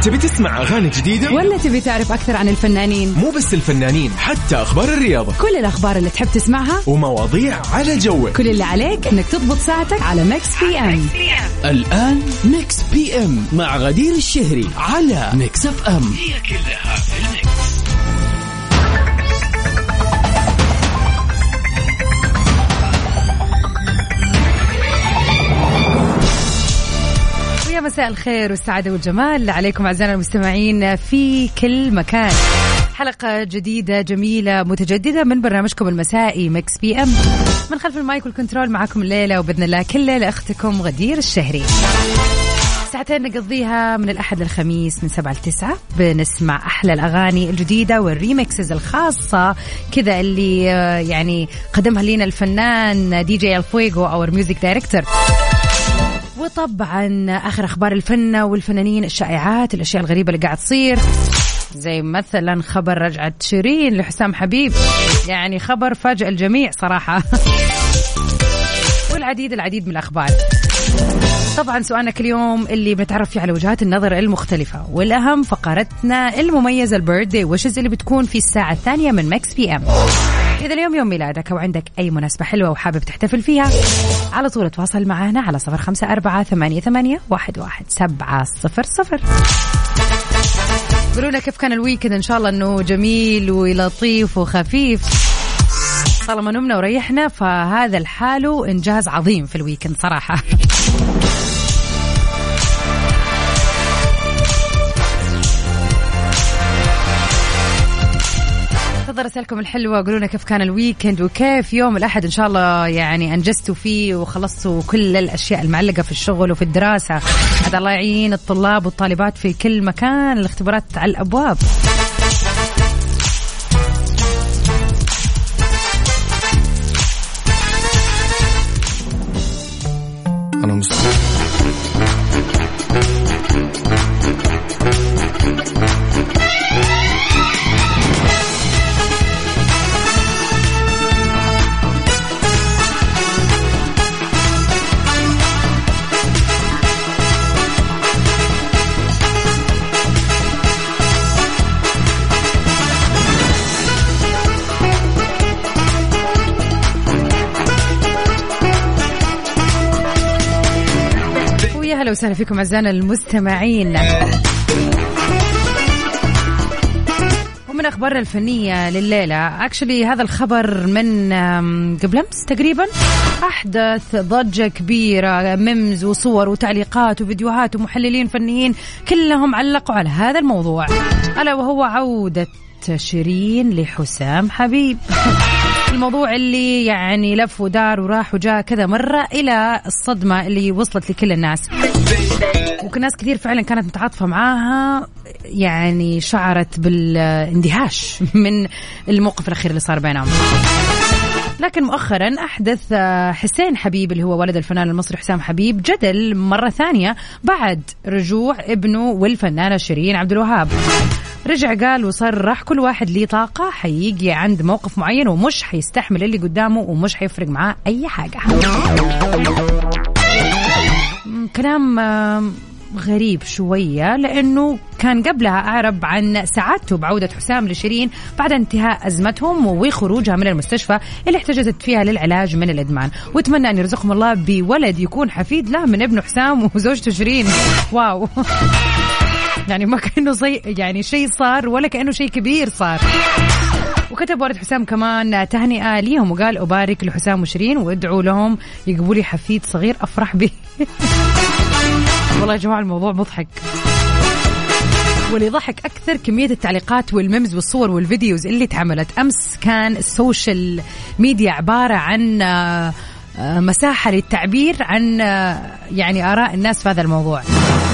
تبي تسمع أغاني جديدة ولا تبي تعرف أكثر عن الفنانين؟ مو بس الفنانين، حتى أخبار الرياضة، كل الأخبار اللي تحب تسمعها ومواضيع على جوك. كل اللي عليك إنك تضبط ساعتك على ميكس بي ام. الآن ميكس بي ام مع غدير الشهري على ميكس اف ام. هي كلها في الميكس. يا مساء الخير والسعادة والجمال عليكم أعزائنا المستمعين في كل مكان. حلقة جديدة جميلة متجددة من برنامجكم المسائي ميكس بي ام. من خلف المايك والكنترول معكم الليلة وبإذن الله كل ليلة أختكم غدير الشهري. ساعتين نقضيها من الأحد للخميس من 7 ل9 بنسمع أحلى الأغاني الجديدة والريمكسز الخاصة كذا اللي يعني قدمها لنا الفنان دي جي الفويغو أو الميوزك دايركتور. وطبعا آخر أخبار الفن والفنانين، الشائعات، الأشياء الغريبة اللي قاعد تصير، زي مثلا خبر رجعة شيرين لحسام حبيب، يعني خبر فاجأ الجميع صراحة. والعديد من الأخبار. طبعا سؤالنا كل يوم اللي بنتعرف فيه على وجهات النظر المختلفة، والأهم فقرتنا المميزة البيرثدي ويشز اللي بتكون في الساعة الثانية من ميكس بي ام. إذا اليوم يوم ميلادك أو عندك أي مناسبة حلوة وحابب تحتفل فيها، على طول تواصل معنا على 0548811700. قولونا كيف كان الويكند، إن شاء الله أنه جميل ولطيف وخفيف. طالما نمنا وريحنا فهذا الحال إنجاز عظيم في الويكند صراحة. رسالكم الحلوة، قولونا كيف كان الويكند وكيف يوم الأحد إن شاء الله يعني أنجزتوا فيه وخلصتوا كل الأشياء المعلقة في الشغل وفي الدراسة. هذا الله يعين الطلاب والطالبات في كل مكان، الاختبارات على الأبواب. أنا مستعد. أهلا وسهلا فيكم أعزائنا المستمعين. ومن أخبارنا الفنية لليلة، actually هذا الخبر من قبل أمس تقريبا، أحدث ضجة كبيرة، ميمز وصور وتعليقات وفيديوهات ومحللين فنيين كلهم علقوا على هذا الموضوع، ألا وهو عودة شيرين لحسام حبيب. الموضوع اللي يعني لف ودار وراح وجاء كذا مرة إلى الصدمة اللي وصلت لكل الناس، وكل ناس كثير فعلا كانت متعاطفة معاها، يعني شعرت بالاندهاش من الموقف الأخير اللي صار بينهم. لكن مؤخرا أحدث حسين حبيب اللي هو ولد الفنان المصري حسام حبيب جدل مرة ثانية بعد رجوع ابنه والفنانة شيرين عبد الوهاب. رجع قال وصرح كل واحد ليه طاقة حيجي عند موقف معين ومش حيستحمل اللي قدامه ومش حيفرق معاه أي حاجة. كلام غريب شوية، لأنه كان قبلها أعرب عن سعادته بعودة حسام لشيرين بعد انتهاء أزمتهم وخروجها من المستشفى اللي احتجزت فيها للعلاج من الإدمان، واتمنى أن يرزقهم الله بولد يكون حفيد له من ابنه حسام وزوجته شيرين. واو. يعني ما كأنه يعني شيء صار ولا كأنه شيء كبير صار. وكتب والد حسام كمان تهنئة ليهم وقال أبارك لحسام وشيرين وادعوا لهم يجيبوا لي حفيد صغير أفرح به. والله يا جماعة الموضوع مضحك، واللي ضحك أكثر كمية التعليقات والميمز والصور والفيديوز اللي اتعملت. أمس كان السوشيال ميديا عبارة عن مساحة للتعبير عن يعني آراء الناس في هذا الموضوع.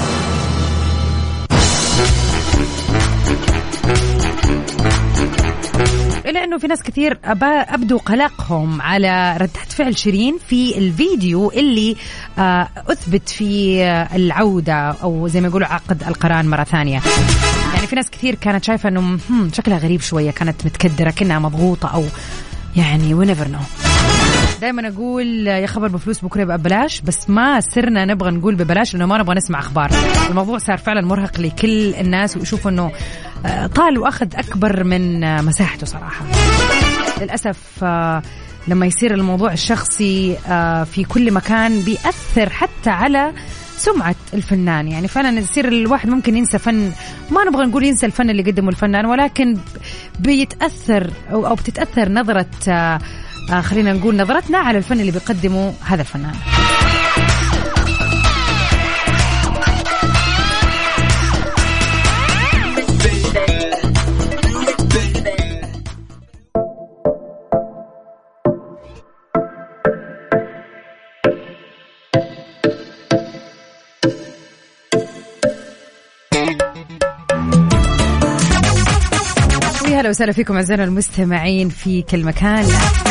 إلا أنه في ناس كثير أبدوا قلقهم على ردة فعل شيرين في الفيديو اللي أثبت في العودة أو زي ما يقولوا عقد القران مرة ثانية. يعني في ناس كثير كانت شايفة أنه شكلها غريب شوية، كانت متكدرة كأنها مضغوطة أو يعني we never know. دائما أقول يا خبر بفلوس بكرة يبقى ببلاش، بس ما صرنا نبغى نقول ببلاش لأنه ما نبغى نسمع أخبار. الموضوع صار فعلا مرهق لكل الناس، ويشوفوا أنه طال وأخذ أكبر من مساحته صراحة. للأسف لما يصير الموضوع الشخصي في كل مكان بيأثر حتى على سمعة الفنان. يعني فعلا يصير الواحد ممكن ينسى فن، ما نبغى نقول ينسى الفن اللي قدمه الفنان، ولكن بيتأثر أو بتتأثر نظرة خلينا نقول نظرتنا على الفن اللي بيقدمه هذا الفنان. أهلا وسهلا فيكم أعزائنا المستمعين في كل مكان.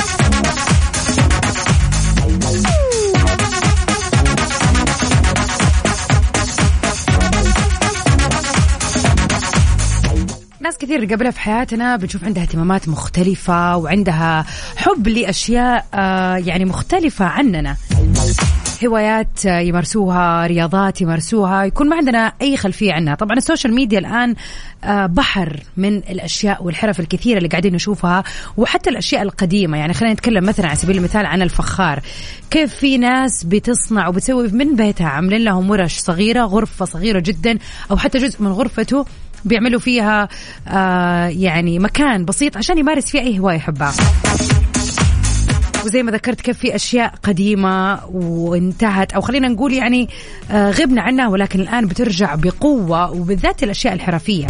ناس كثير قبلها في حياتنا بنشوف عندها اهتمامات مختلفة وعندها حب لأشياء يعني مختلفة عننا، هوايات يمارسوها، رياضات يمارسوها، يكون ما عندنا أي خلفية عنها. طبعا السوشيال ميديا الآن بحر من الأشياء والحرف الكثيرة اللي قاعدين نشوفها، وحتى الأشياء القديمة. يعني خلينا نتكلم مثلا على سبيل المثال عن الفخار، كيف في ناس بتصنع وبتسوي من بيتها، عاملين لهم ورش صغيرة، غرفة صغيرة جدا أو حتى جزء من غرفته بيعملوا فيها يعني مكان بسيط عشان يمارس فيه أي هواية يحبها. وزي ما ذكرت كيف في أشياء قديمة وانتهت أو خلينا نقول يعني غبنا عنها، ولكن الآن بترجع بقوة، وبالذات الأشياء الحرفية.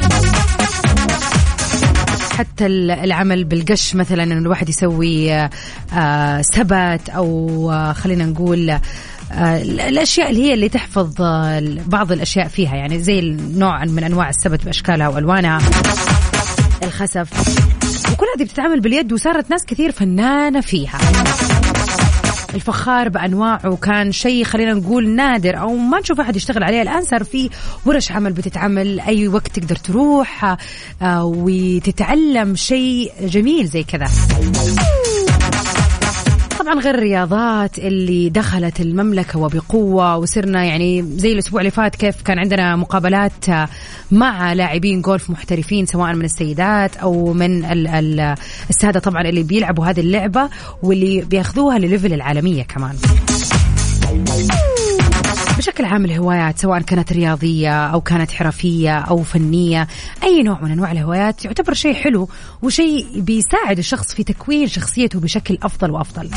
حتى العمل بالقش مثلا، أن الواحد يسوي سبت أو خلينا نقول الأشياء اللي هي اللي تحفظ بعض الأشياء فيها، يعني زي نوع من أنواع السبت بأشكالها وألوانها، الخسف، وكل هذه بتتعمل باليد، وصارت ناس كثير فنانة فيها. الفخار بأنواعه كان شيء خلينا نقول نادر أو ما نشوف أحد يشتغل عليه. الآن صار في ورش عمل بتتعمل أي وقت تقدر تروح وتتعلم شيء جميل زي كذا. طبعا غير الرياضات اللي دخلت المملكة وبقوة، وصرنا يعني زي الأسبوع اللي فات كيف كان عندنا مقابلات مع لاعبين جولف محترفين، سواء من السيدات أو من السادة طبعا اللي بيلعبوا هذه اللعبة واللي بياخذوها لليفل العالمية كمان. بشكل عام الهوايات سواء كانت رياضية أو كانت حرفية أو فنية، أي نوع من أنواع الهوايات يعتبر شيء حلو وشيء بيساعد الشخص في تكوين شخصيته بشكل أفضل وأفضل.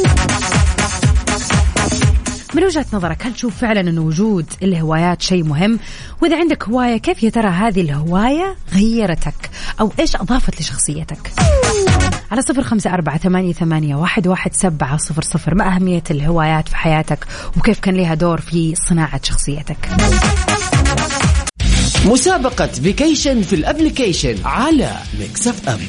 من وجهة نظرك هل تشوف فعلا أن وجود الهوايات شيء مهم؟ وإذا عندك هواية كيف يا ترى هذه الهواية غيرتك أو إيش أضافت لشخصيتك؟ على 0548811700 ما أهمية الهوايات في حياتك وكيف كان لها دور في صناعة شخصيتك؟ مسابقة فيكيشن في الابليكيشن على ميكس اف ام.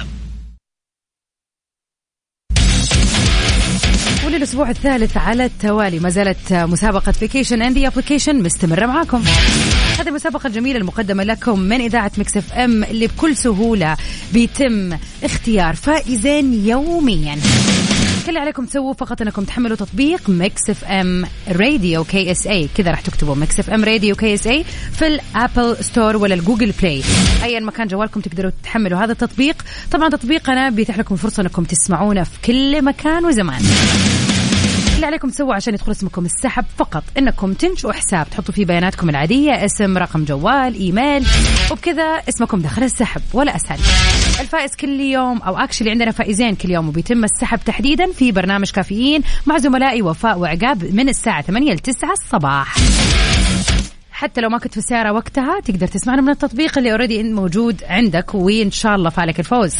وللأسبوع الثالث على التوالي ما زالت مسابقة فيكيشن اند ذا ابليكيشن مستمرة معاكم. هذه المسابقة الجميلة المقدمة لكم من إذاعة ميكس اف ام، اللي بكل سهولة بيتم اختيار فائزين يوميا. كل اللي عليكم تسووه فقط انكم تحملوا تطبيق ميكس اف ام راديو كي اس اي، كذا راح تكتبوا ميكس اف ام راديو كي اس اي في الابل ستور ولا الجوجل بلاي، ايا مكان جوالكم تقدروا تحملوا هذا التطبيق. طبعا تطبيقنا بيتيح لكم فرصة انكم تسمعونا في كل مكان وزمان. اللي عليكم تسووا عشان يدخل اسمكم السحب فقط انكم تنشئوا حساب، تحطوا فيه بياناتكم العادية، اسم، رقم جوال، ايميل، وبكذا اسمكم داخل السحب. ولا اسهل. الفائز كل يوم او اكشلي عندنا فائزين كل يوم، وبيتم السحب تحديدا في برنامج كافيين مع زملائي وفاء وعقاب من الساعة 8 ل 9 الصباح. حتى لو ما كنت في السيارة وقتها تقدر تسمعنا من التطبيق اللي اوريدي موجود عندك، وإن شاء الله فالك الفوز.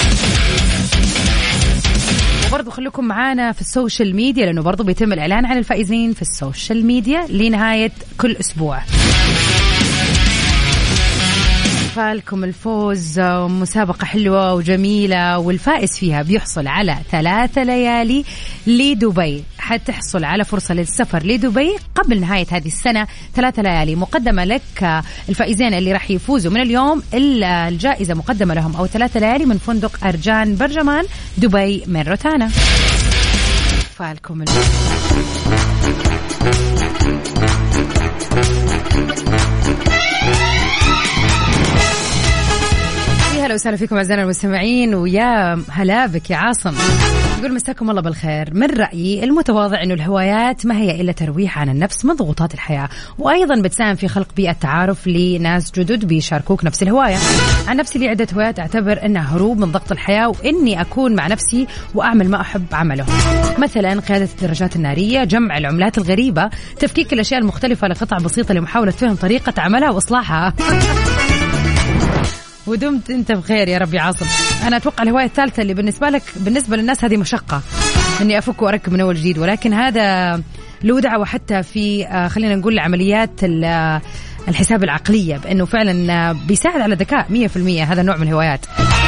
وبرضو خليكم معانا في السوشيال ميديا، لأنه برضو بيتم الإعلان عن الفائزين في السوشيال ميديا لنهاية كل أسبوع. فالكم الفوز، مسابقة حلوة وجميلة، والفائز فيها بيحصل على 3 ليالي لدبي. حتحصل على فرصة للسفر لدبي قبل نهاية هذه السنة. 3 ليالي مقدمة لك. الفائزين اللي راح يفوزوا من اليوم الجائزة مقدمة لهم، أو 3 ليالي من فندق أرجان برجمان دبي من روتانا. أحفالكم. هلا وسهلا فيكم أعزائنا المستمعين، ويا هلا بك يا عاصم. يقول مساكم الله بالخير. من رأيي المتواضع إنه الهوايات ما هي إلا ترويح عن النفس من ضغوطات الحياة، وأيضا بتساهم في خلق بيئة تعارف لناس جدد بيشاركوك نفس الهواية. عن نفسي لي عدة هوايات أعتبر إنها هروب من ضغط الحياة، وإني أكون مع نفسي وأعمل ما أحب عمله، مثلا قيادة الدراجات النارية، جمع العملات الغريبة، تفكيك الأشياء المختلفة لقطع بسيطة لمحاولة فهم طريقة عملها وإصلاحها. ودمت انت بخير يا رب يا عاصم. انا اتوقع الهوايه الثالثه اللي بالنسبه للناس هذه مشقه، اني افك واركب من اول جديد، ولكن هذا له دعوه حتى في خلينا نقول عمليات الحساب العقليه، بانه فعلا بيساعد على الذكاء 100%. هذا نوع من الهوايات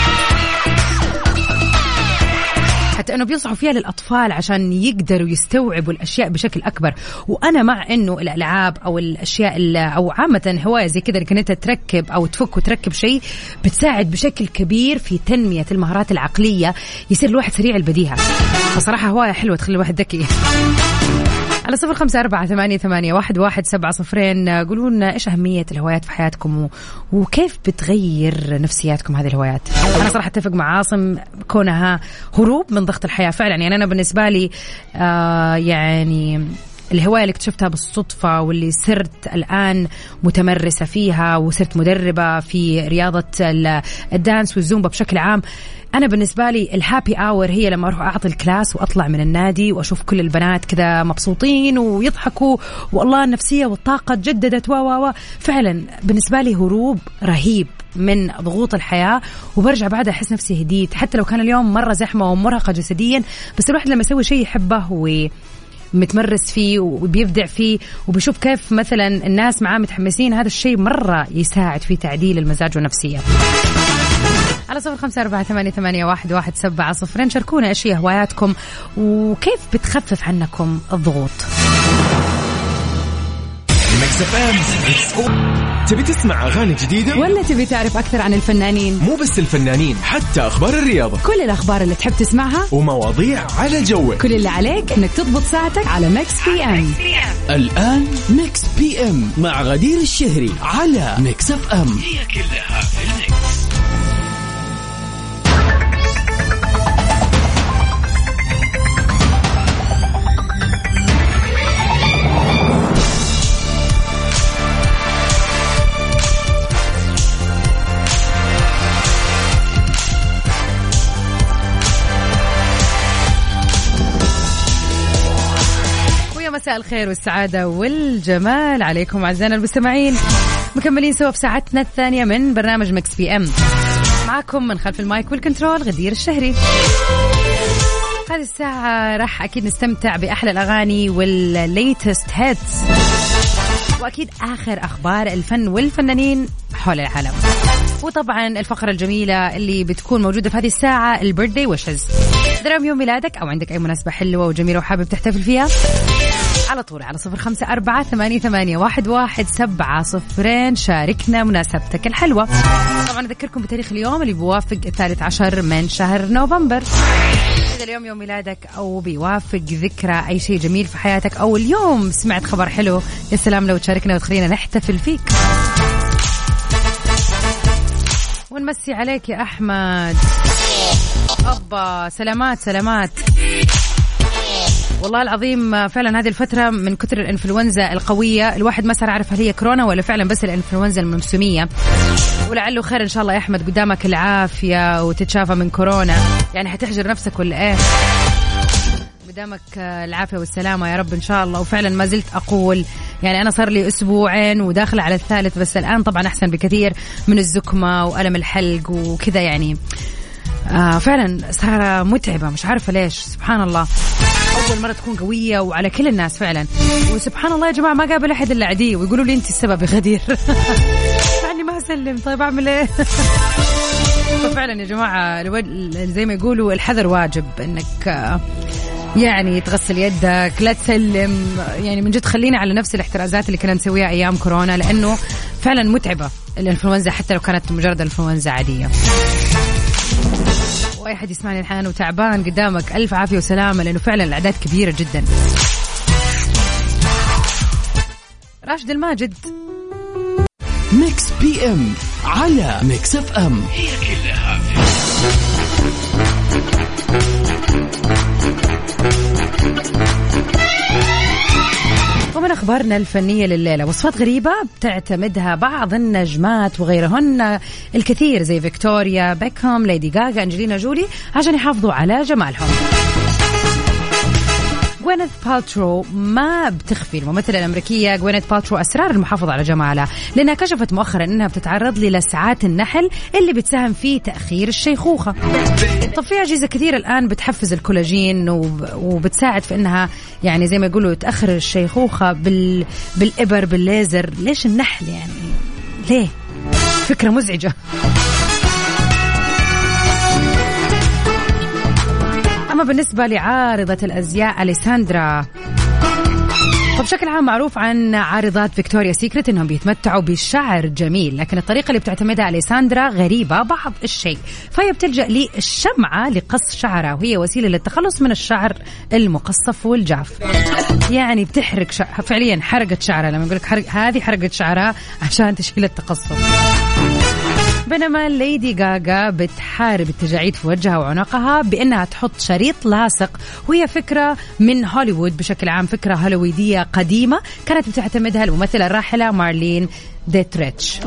حتى أنه بينصحوا فيها للأطفال عشان يقدروا يستوعبوا الأشياء بشكل أكبر. وأنا مع أنه الألعاب أو الأشياء أو عامة هواية زي كذا كنت تركب أو تفك وتركب شيء بتساعد بشكل كبير في تنمية المهارات العقلية، يصير الواحد سريع البديهة. بصراحة هواية حلوة تخلي الواحد ذكي. على 0548811700 قولوا لنا إيش أهمية الهوايات في حياتكم وكيف بتغير نفسياتكم هذه الهوايات. أنا صراحة أتفق مع عاصم كونها هروب من ضغط الحياة فعلا. يعني أنا بالنسبة لي يعني الهواية اللي اكتشفتها بالصدفة واللي صرت الآن متمرسة فيها وصرت مدربة في رياضة الدانس والزومبا بشكل عام. أنا بالنسبة لي الهابي آور هي لما أروح أعطي الكلاس وأطلع من النادي وأشوف كل البنات كذا مبسوطين ويضحكوا والله النفسية والطاقة تجددت فعلا بالنسبة لي هروب رهيب من ضغوط الحياة، وبرجع بعدها أحس نفسي هديت. حتى لو كان اليوم مرة زحمة ومرهقة جسديا، بس الواحد لما يسوي شيء يحبه متمرس فيه وبيبدع فيه وبيشوف كيف مثلا الناس معاه متحمسين، هذا الشيء مرة يساعد في تعديل المزاج والنفسية. على 0548811700 شاركونا ايش هي هواياتكم وكيف بتخفف عنكم الضغوط. تبي تسمع أغاني جديدة ولا تبي تعرف أكثر عن الفنانين؟ مو بس الفنانين، حتى أخبار الرياضة، كل الأخبار اللي تحب تسمعها ومواضيع على جوك. كل اللي عليك إنك تضبط ساعتك على ميكس بي ام. الآن ميكس بي ام مع غدير الشهري على ميكس اف ام. هي كلها في الميكس. مساء الخير والسعادة والجمال عليكم أعزائنا المستمعين، مكملين سوا في ساعتنا الثانية من برنامج ميكس بي ام. معكم من خلف المايك والكنترول غدير الشهري. هذه الساعة راح أكيد نستمتع بأحلى الأغاني والليتست هيتس، وأكيد آخر أخبار الفن والفنانين حول العالم، وطبعا الفقرة الجميلة اللي بتكون موجودة في هذه الساعة البيرثدي ويشز. درام يوم ميلادك أو عندك أي مناسبة حلوة وجميلة وحابب تحتفل فيها، على طول على 0548811700 شاركنا مناسبتك الحلوة. طبعا أذكركم بتاريخ اليوم اللي بيوافق 13 من شهر نوفمبر. إذا اليوم يوم ميلادك أو بيوافق ذكرى أي شيء جميل في حياتك، أو اليوم سمعت خبر حلو، يا سلام لو تشاركنا وتخلينا نحتفل فيك. ونمسي عليك يا أحمد. أبا سلامات سلامات والله العظيم. فعلا هذه الفترة من كتر الإنفلونزا القوية الواحد ما صار عارف هل هي كورونا ولا فعلا بس الإنفلونزا الموسمية، ولعله خير إن شاء الله يا أحمد. قدامك العافية وتتشافى من كورونا، يعني هتحجر نفسك ولا إيه؟ قدامك العافية والسلامة يا رب إن شاء الله. وفعلا ما زلت أقول يعني أنا صار لي أسبوعين وداخل على الثالث، بس الآن طبعا أحسن بكثير من الزكمة وألم الحلق وكذا يعني. فعلا صار متعبة مش عارفة ليش، سبحان الله. أول مرة تكون قوية وعلى كل الناس فعلا، وسبحان الله يا جماعة ما قابل أحد إلا عدي ويقولوا لي أنت السبب يا غدير. يعني ما أسلم، طيب أعمل إيه؟ ففعلا يا جماعة زي ما يقولوا الحذر واجب، إنك يعني تغسل يدك، لا تسلم، يعني من جد خلينا على نفس الاحترازات اللي كنا نسويها أيام كورونا، لأنه فعلا متعبة الإنفلونزا حتى لو كانت مجرد إنفلونزا عادية. وأي حد يسمعني الحين وتعبان قدامك ألف عافية وسلامة، لأنه فعلا الأعداد كبيرة جدا. راشد الماجد، ميكس بي ام على ميكس اف ام، هي كلها في ومن أخبارنا الفنية لليلة وصفات غريبة بتعتمدها بعض النجمات وغيرهن الكثير زي فيكتوريا بيكهام، ليدي غاغا، أنجلينا جولي عشان يحافظوا على جمالهم. غوينيث بالترو ما بتخفي الممثلة الأمريكية غوينيث بالترو أسرار المحافظة على جمالها، لأنها كشفت مؤخرا أنها بتتعرض للسعات النحل اللي بتساهم في تأخير الشيخوخة. طب في أجهزة كثير الآن بتحفز الكولاجين وبتساعد في أنها يعني زي ما يقولوا تأخر الشيخوخة بالإبر بالليزر. ليش النحل يعني؟ ليه؟ فكرة مزعجة. أما بالنسبة لعارضة الأزياء أليساندرا، فبشكل عام معروف عن عارضات فيكتوريا سيكريت إنهم بيتمتعوا بشعر جميل، لكن الطريقة اللي بتعتمدها أليساندرا غريبة بعض الشيء، فهي بتلجأ للشمعة لقص شعرها، وهي وسيلة للتخلص من الشعر المقصف والجاف. يعني بتحرق فعليا حرقت شعرها، لما يقولك هذه حرقت شعرها عشان تشيل التقصف. بينما ليدي غاغا بتحارب التجاعيد في وجهها وعنقها بأنها تحط شريط لاصق، وهي فكرة من هوليوود بشكل عام، فكرة هوليوودية قديمة كانت بتعتمدها الممثلة الراحلة مارلين ديتريتش.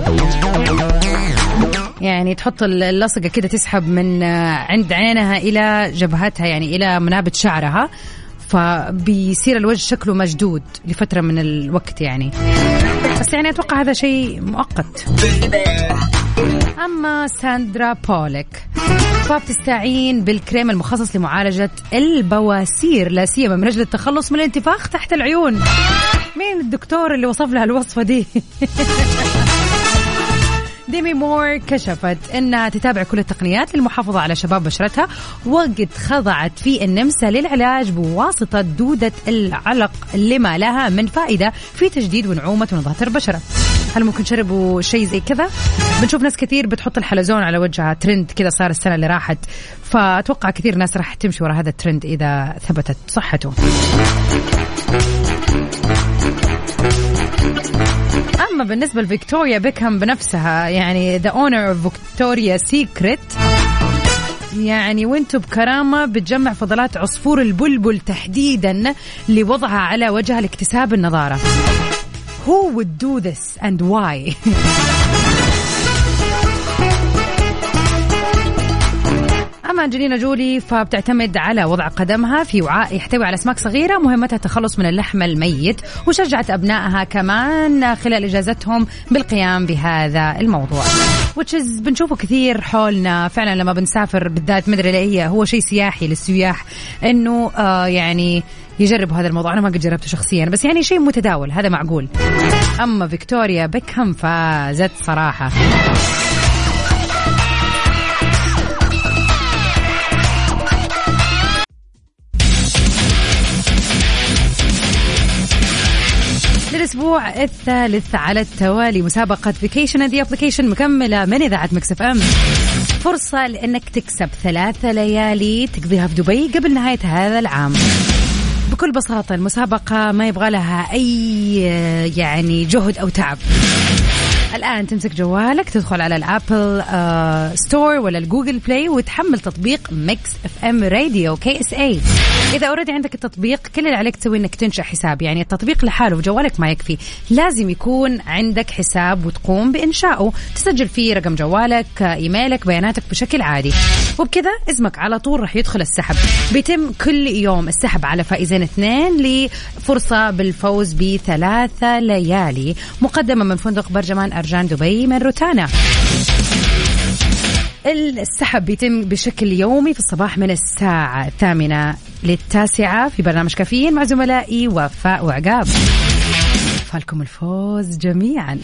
يعني تحط اللصقة كده تسحب من عند عينها إلى جبهتها، يعني إلى منابت شعرها، فبيصير الوجه شكله مشدود لفترة من الوقت يعني. بس يعني أتوقع هذا شيء مؤقت. أما ساندرا بوليك فبتستعين بالكريم المخصص لمعالجة البواسير، لا سيما من أجل التخلص من الانتفاخ تحت العيون. مين الدكتور اللي وصف لها الوصفة دي؟ ديمي مور كشفت أنها تتابع كل التقنيات للمحافظة على شباب بشرتها، وقد خضعت في النمسا للعلاج بواسطة دودة العلق لما لها من فائدة في تجديد ونعومة ونضارة البشرة. هل ممكن تشربوا شيء زي كذا؟ بنشوف ناس كثير بتحط الحلزون على وجهها، ترند كذا صار السنة اللي راحت، فأتوقع كثير ناس راح تمشي وراء هذا الترند إذا ثبتت صحته. أما بالنسبة لفيكتوريا بيكهام بنفسها، يعني the owner of Victoria's Secret، يعني وانتو بكرامة بتجمع فضلات عصفور البلبل تحديدا لوضعها على وجهها لاكتساب النضارة. Who would do this and why؟ أما أنجلينا جولي فبتعتمد على وضع قدمها في وعاء يحتوي على أسماك صغيرة مهمتها التخلص من اللحم الميت، وشجعت أبنائها كمان خلال إجازتهم بالقيام بهذا الموضوع، بنشوفه كثير حولنا فعلا لما بنسافر، بالذات مدري لأيه هو شيء سياحي للسياح إنه يعني يجرب هذا الموضوع. أنا ما قد جربته شخصيا، بس يعني شيء متداول، هذا معقول. أما فيكتوريا بيكهام فازت صراحة. للأسبوع الثالث على التوالي مسابقة فيكيشن ذا أبليكيشن مكملة من إذاعة ميكس اف ام. فرصة لأنك تكسب 3 ليالي تقضيها في دبي قبل نهاية هذا العام. بكل بساطة المسابقة ما يبغى لها أي يعني جهد أو تعب. الآن تمسك جوالك، تدخل على الأبل ستور ولا الجوجل بلاي وتحمل تطبيق ميكس اف ام راديو KSA. إذا أوريدي عندك التطبيق كل اللي عليك تسوي إنك تنشأ حساب، يعني التطبيق لحاله في جوالك ما يكفي، لازم يكون عندك حساب وتقوم بإنشائه، تسجل فيه رقم جوالك، إيميلك، بياناتك بشكل عادي، وبكذا اسمك على طول رح يدخل السحب. بيتم كل يوم السحب على فائزين 2 لفرصة بالفوز ب3 ليالي مقدمة من فندق برجمان أرجان دبي من روتانا. السحب بيتم بشكل يومي في الصباح من الساعة 8 ل9 في برنامج كافيين مع زملائي وفاء وعقاب. فالكم الفوز جميعا.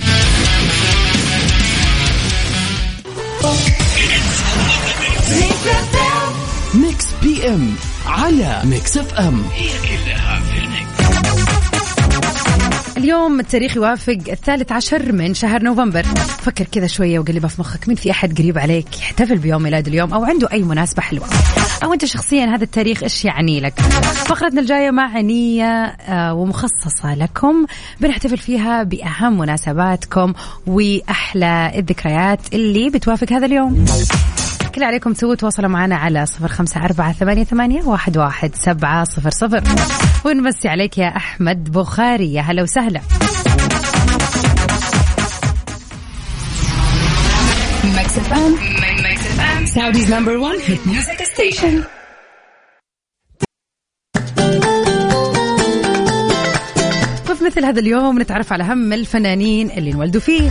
ميكس بي ام على ميكس اف ام، هي كلها في الميكس. اليوم التاريخ يوافق 13 من شهر نوفمبر. فكر كذا شوية وقلبها في مخك، مين في أحد قريب عليك يحتفل بيوم ميلاد اليوم أو عنده أي مناسبة حلوة، أو أنت شخصيا هذا التاريخ إيش يعني لك؟ فقرتنا الجاية معنية ومخصصة لكم، بنحتفل فيها بأهم مناسباتكم وأحلى الذكريات اللي بتوافق هذا اليوم. كل عليكم تسووا تواصلوا معنا على 0548811700. ونمسي عليك يا أحمد بخاري، يا هلا وسهلا. Mix FM, Saudi's number one hit music station. وفي مثل هذا اليوم نتعرف على أهم الفنانين اللي انولدوا فيه.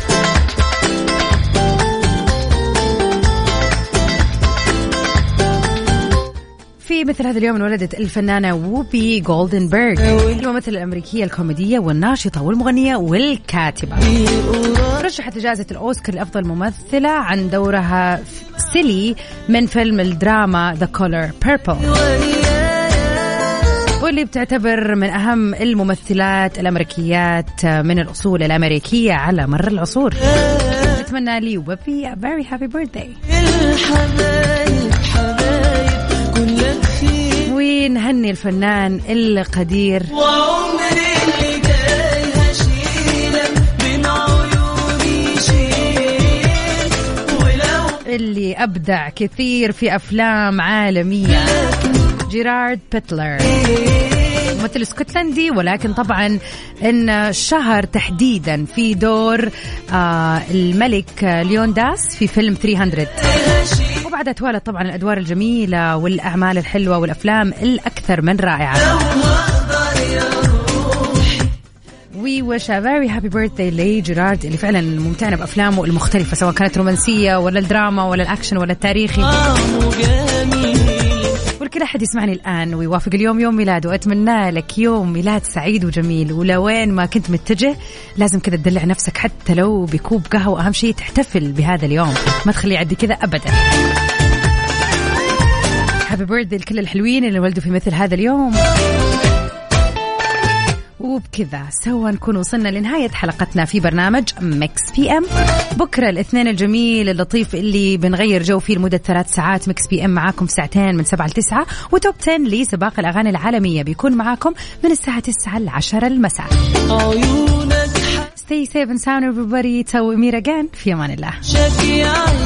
في مثل هذا اليوم انولدت الفنانة ووبي جولدنبرغ، الممثلة الأمريكية الكوميدية والناشطة والمغنية والكاتبة. رشحت لجائزة الأوسكار لأفضل ممثلة عن دورها سيلي من فيلم الدراما The Color Purple، واللي بتعتبر من أهم الممثلات الأمريكيات من الأصول الأمريكية على مر العصور. نتمنى لي ووبي a very happy birthday. ونهني الفنان القدير اللي أبدع كثير في أفلام عالمية، جيرارد بيتلر، ممثل اسكتلندي، ولكن طبعا إن شهر تحديدا في دور الملك ليونداس في فيلم 300، وبعدها توالت طبعا الأدوار الجميلة والأعمال الحلوة والأفلام الأكثر من رائعة. We wish a very happy birthday لجيرارد اللي فعلا ممتعنا بأفلامه المختلفة، سواء كانت رومانسية ولا الدراما ولا الأكشن ولا التاريخي. والكل أحد يسمعني الآن ويوافق اليوم يوم ميلاد، وأتمنى لك يوم ميلاد سعيد وجميل، ولوين ما كنت متجه لازم كذا تدلع نفسك حتى لو بكوب قهوة. أهم شيء تحتفل بهذا اليوم، ما تخليه يعدي كذا أبدا. هابي بيرثدي لكل الحلوين اللي ولدوا في مثل هذا اليوم. وبكذا سوا نكون وصلنا لنهاية حلقتنا في برنامج ميكس بي ام. بكرة الاثنين الجميل اللطيف اللي بنغير جو فيه لمدة 3 ساعات، ميكس بي ام معاكم ساعتين من 7 ل 9، وتوب 10 لسباق الأغاني العالمية بيكون معاكم من الساعة 9 ل 10 المساء. Stay safe and sound everybody. تو أميرة جان، في أمان الله.